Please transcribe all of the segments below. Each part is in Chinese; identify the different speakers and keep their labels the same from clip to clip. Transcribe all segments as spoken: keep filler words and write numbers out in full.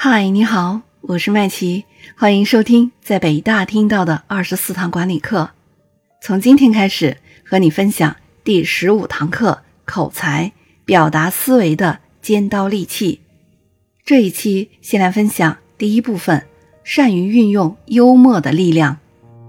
Speaker 1: 嗨，你好，我是麦琪，欢迎收听在北大听到的二十四堂管理课。从今天开始，和你分享第十五堂课口才表达思维的尖刀利器。这一期先来分享第一部分，善于运用幽默的力量。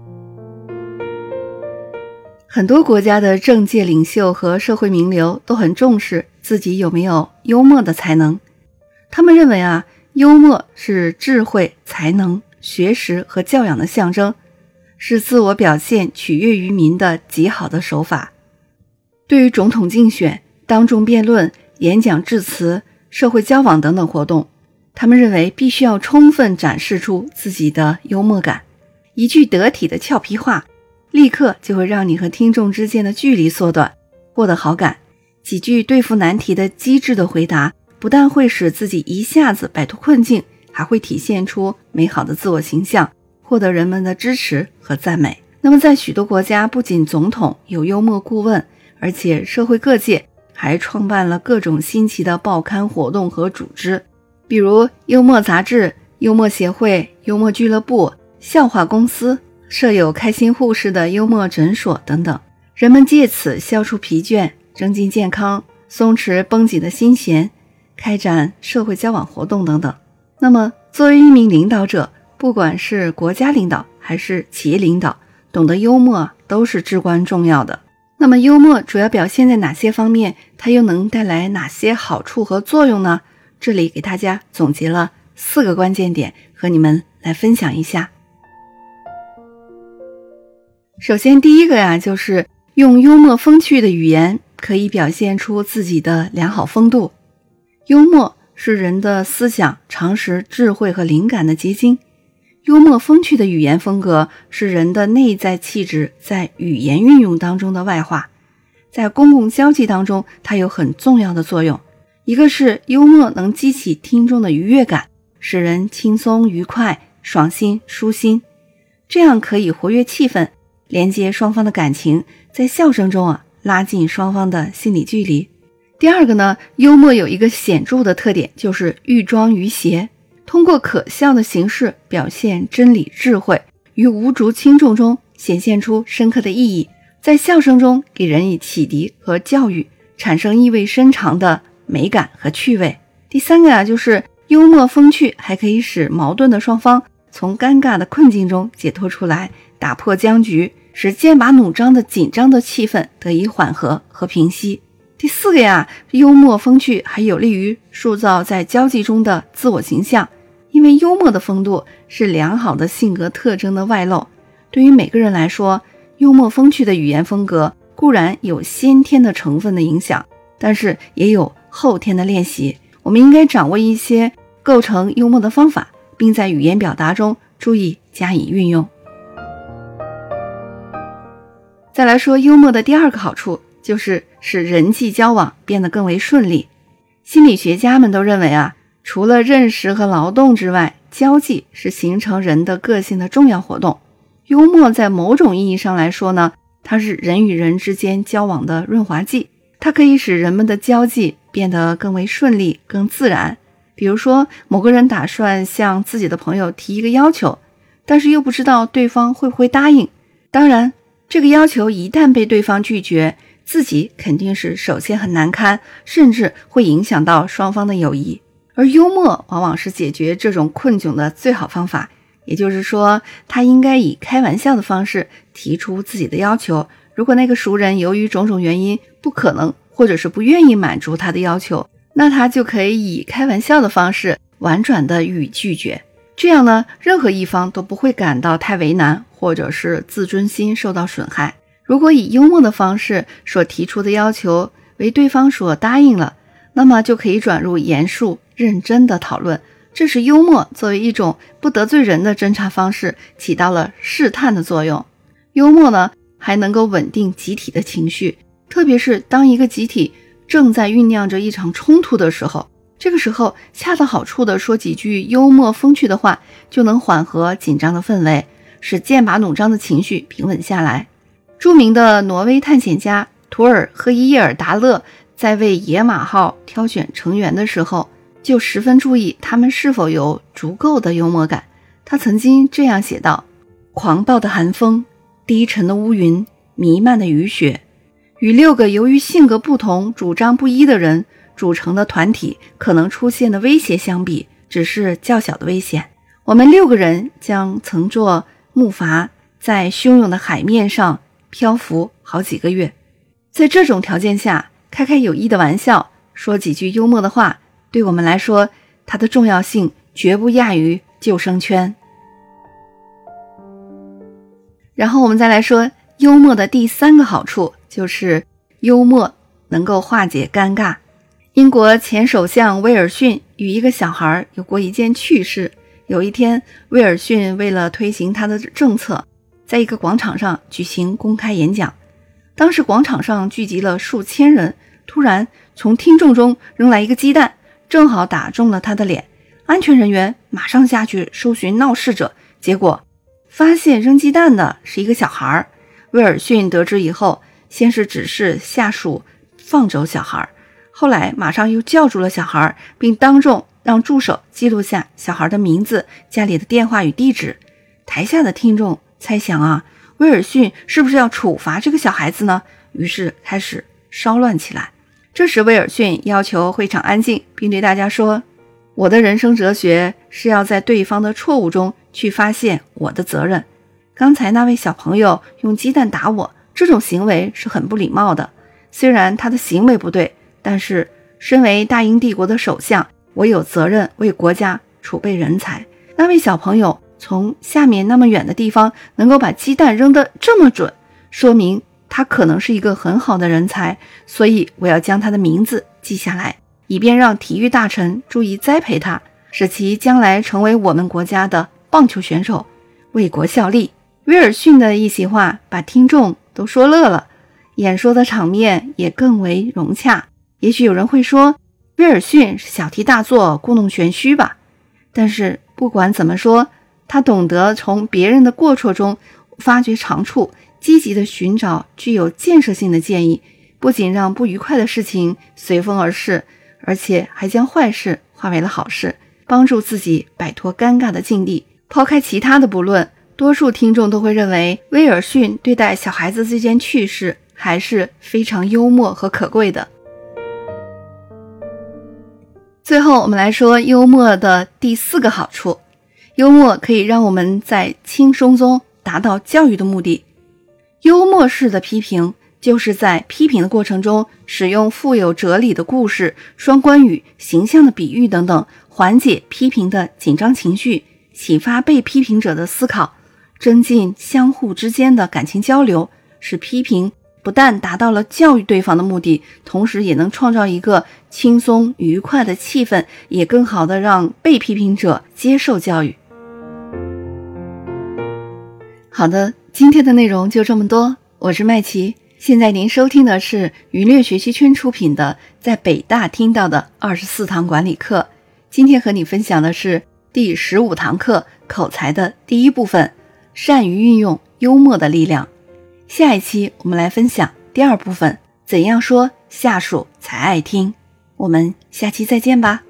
Speaker 1: 很多国家的政界领袖和社会名流都很重视自己有没有幽默的才能。他们认为啊，幽默是智慧、才能、学识和教养的象征，是自我表现、取悦于民的极好的手法。对于总统竞选、当众辩论、演讲致辞、社会交往等等活动，他们认为必须要充分展示出自己的幽默感。一句得体的俏皮话，立刻就会让你和听众之间的距离缩短，获得好感。几句对付难题的机智的回答，不但会使自己一下子摆脱困境，还会体现出美好的自我形象，获得人们的支持和赞美。那么在许多国家，不仅总统有幽默顾问，而且社会各界还创办了各种新奇的报刊活动和组织，比如幽默杂志、幽默协会、幽默俱乐部、笑话公司，设有开心护士的幽默诊所等等。人们借此消除疲倦，增进健康，松弛绷紧的心弦，开展社会交往活动等等。那么作为一名领导者，不管是国家领导还是企业领导，懂得幽默都是至关重要的。那么幽默主要表现在哪些方面？它又能带来哪些好处和作用呢？这里给大家总结了四个关键点，和你们来分享一下。首先第一个呀，就是用幽默风趣的语言可以表现出自己的良好风度。幽默是人的思想、常识、智慧和灵感的结晶。幽默风趣的语言风格是人的内在气质在语言运用当中的外化。在公共交际当中，它有很重要的作用。一个是幽默能激起听众的愉悦感，使人轻松愉快、爽心舒心，这样可以活跃气氛，连接双方的感情，在笑声中啊拉近双方的心理距离。第二个呢，幽默有一个显著的特点，就是寓庄于谐，通过可笑的形式表现真理智慧，于无足轻重中显现出深刻的意义，在笑声中给人以启迪和教育，产生意味深长的美感和趣味。第三个啊，就是幽默风趣还可以使矛盾的双方从尴尬的困境中解脱出来，打破僵局，使剑拔弩张的紧张的气氛得以缓和和平息。第四个呀，幽默风趣还有利于塑造在交际中的自我形象，因为幽默的风度是良好的性格特征的外露。对于每个人来说，幽默风趣的语言风格固然有先天的成分的影响，但是也有后天的练习。我们应该掌握一些构成幽默的方法，并在语言表达中注意加以运用。再来说幽默的第二个好处，就是使人际交往变得更为顺利。心理学家们都认为啊，除了认识和劳动之外，交际是形成人的个性的重要活动。幽默在某种意义上来说呢，它是人与人之间交往的润滑剂，它可以使人们的交际变得更为顺利、更自然。比如说，某个人打算向自己的朋友提一个要求，但是又不知道对方会不会答应。当然，这个要求一旦被对方拒绝，自己肯定是首先很难堪，甚至会影响到双方的友谊。而幽默往往是解决这种困窘的最好方法，也就是说，他应该以开玩笑的方式提出自己的要求。如果那个熟人由于种种原因不可能或者是不愿意满足他的要求，那他就可以以开玩笑的方式婉转地予以拒绝。这样呢，任何一方都不会感到太为难，或者是自尊心受到损害。如果以幽默的方式所提出的要求为对方所答应了，那么就可以转入严肃认真的讨论。这时幽默作为一种不得罪人的侦查方式，起到了试探的作用。幽默呢，还能够稳定集体的情绪，特别是当一个集体正在酝酿着一场冲突的时候，这个时候恰到好处的说几句幽默风趣的话，就能缓和紧张的氛围，使剑拔弩张的情绪平稳下来。著名的挪威探险家图尔赫伊耶尔达勒在为野马号挑选成员的时候， 就十分注意他们是否有足够的幽默感。他曾经这样写道：狂暴的寒风，低沉的乌云，弥漫的雨雪，与六个由于性格不同、主张不一的人组成的团体可能出现的威胁相比，只是较小的危险。我们六个人将乘坐木筏在汹涌的海面上漂浮好几个月。在这种条件下，开开有益的玩笑，说几句幽默的话，对我们来说，它的重要性绝不亚于救生圈。然后我们再来说幽默的第三个好处，就是幽默能够化解尴尬。英国前首相威尔逊与一个小孩有过一件趣事。有一天，威尔逊为了推行他的政策，在一个广场上举行公开演讲。当时广场上聚集了数千人，突然从听众中扔来一个鸡蛋，正好打中了他的脸。安全人员马上下去搜寻闹事者，结果发现扔鸡蛋的是一个小孩。威尔逊得知以后，先是指示下属放走小孩，后来马上又叫住了小孩，并当众让助手记录下小孩的名字、家里的电话与地址。台下的听众猜想啊，威尔逊是不是要处罚这个小孩子呢？于是开始骚乱起来。这时威尔逊要求会场安静，并对大家说：我的人生哲学是要在对方的错误中去发现我的责任。刚才那位小朋友用鸡蛋打我，这种行为是很不礼貌的。虽然他的行为不对，但是身为大英帝国的首相，我有责任为国家储备人才。那位小朋友从下面那么远的地方能够把鸡蛋扔得这么准，说明他可能是一个很好的人才，所以我要将他的名字记下来，以便让体育大臣注意栽培他，使其将来成为我们国家的棒球选手，为国效力。威尔逊的一席话把听众都说乐了，演说的场面也更为融洽。也许有人会说，威尔逊是小题大做，故弄玄虚吧。但是不管怎么说，他懂得从别人的过错中发掘长处，积极地寻找具有建设性的建议，不仅让不愉快的事情随风而逝，而且还将坏事化为了好事，帮助自己摆脱尴尬的境地。抛开其他的不论，多数听众都会认为威尔逊对待小孩子这件趣事还是非常幽默和可贵的。最后我们来说幽默的第四个好处，幽默可以让我们在轻松中达到教育的目的。幽默式的批评就是在批评的过程中使用富有哲理的故事、双关语、形象的比喻等等，缓解批评的紧张情绪，启发被批评者的思考，增进相互之间的感情交流，使批评不但达到了教育对方的目的，同时也能创造一个轻松愉快的气氛，也更好的让被批评者接受教育。好的，今天的内容就这么多，我是麦琪。现在您收听的是愉悦学习圈出品的在北大听到的二十四堂管理课。今天和你分享的是第十五堂课口才的第一部分，善于运用幽默的力量。下一期我们来分享第二部分，怎样说下属才爱听。我们下期再见吧。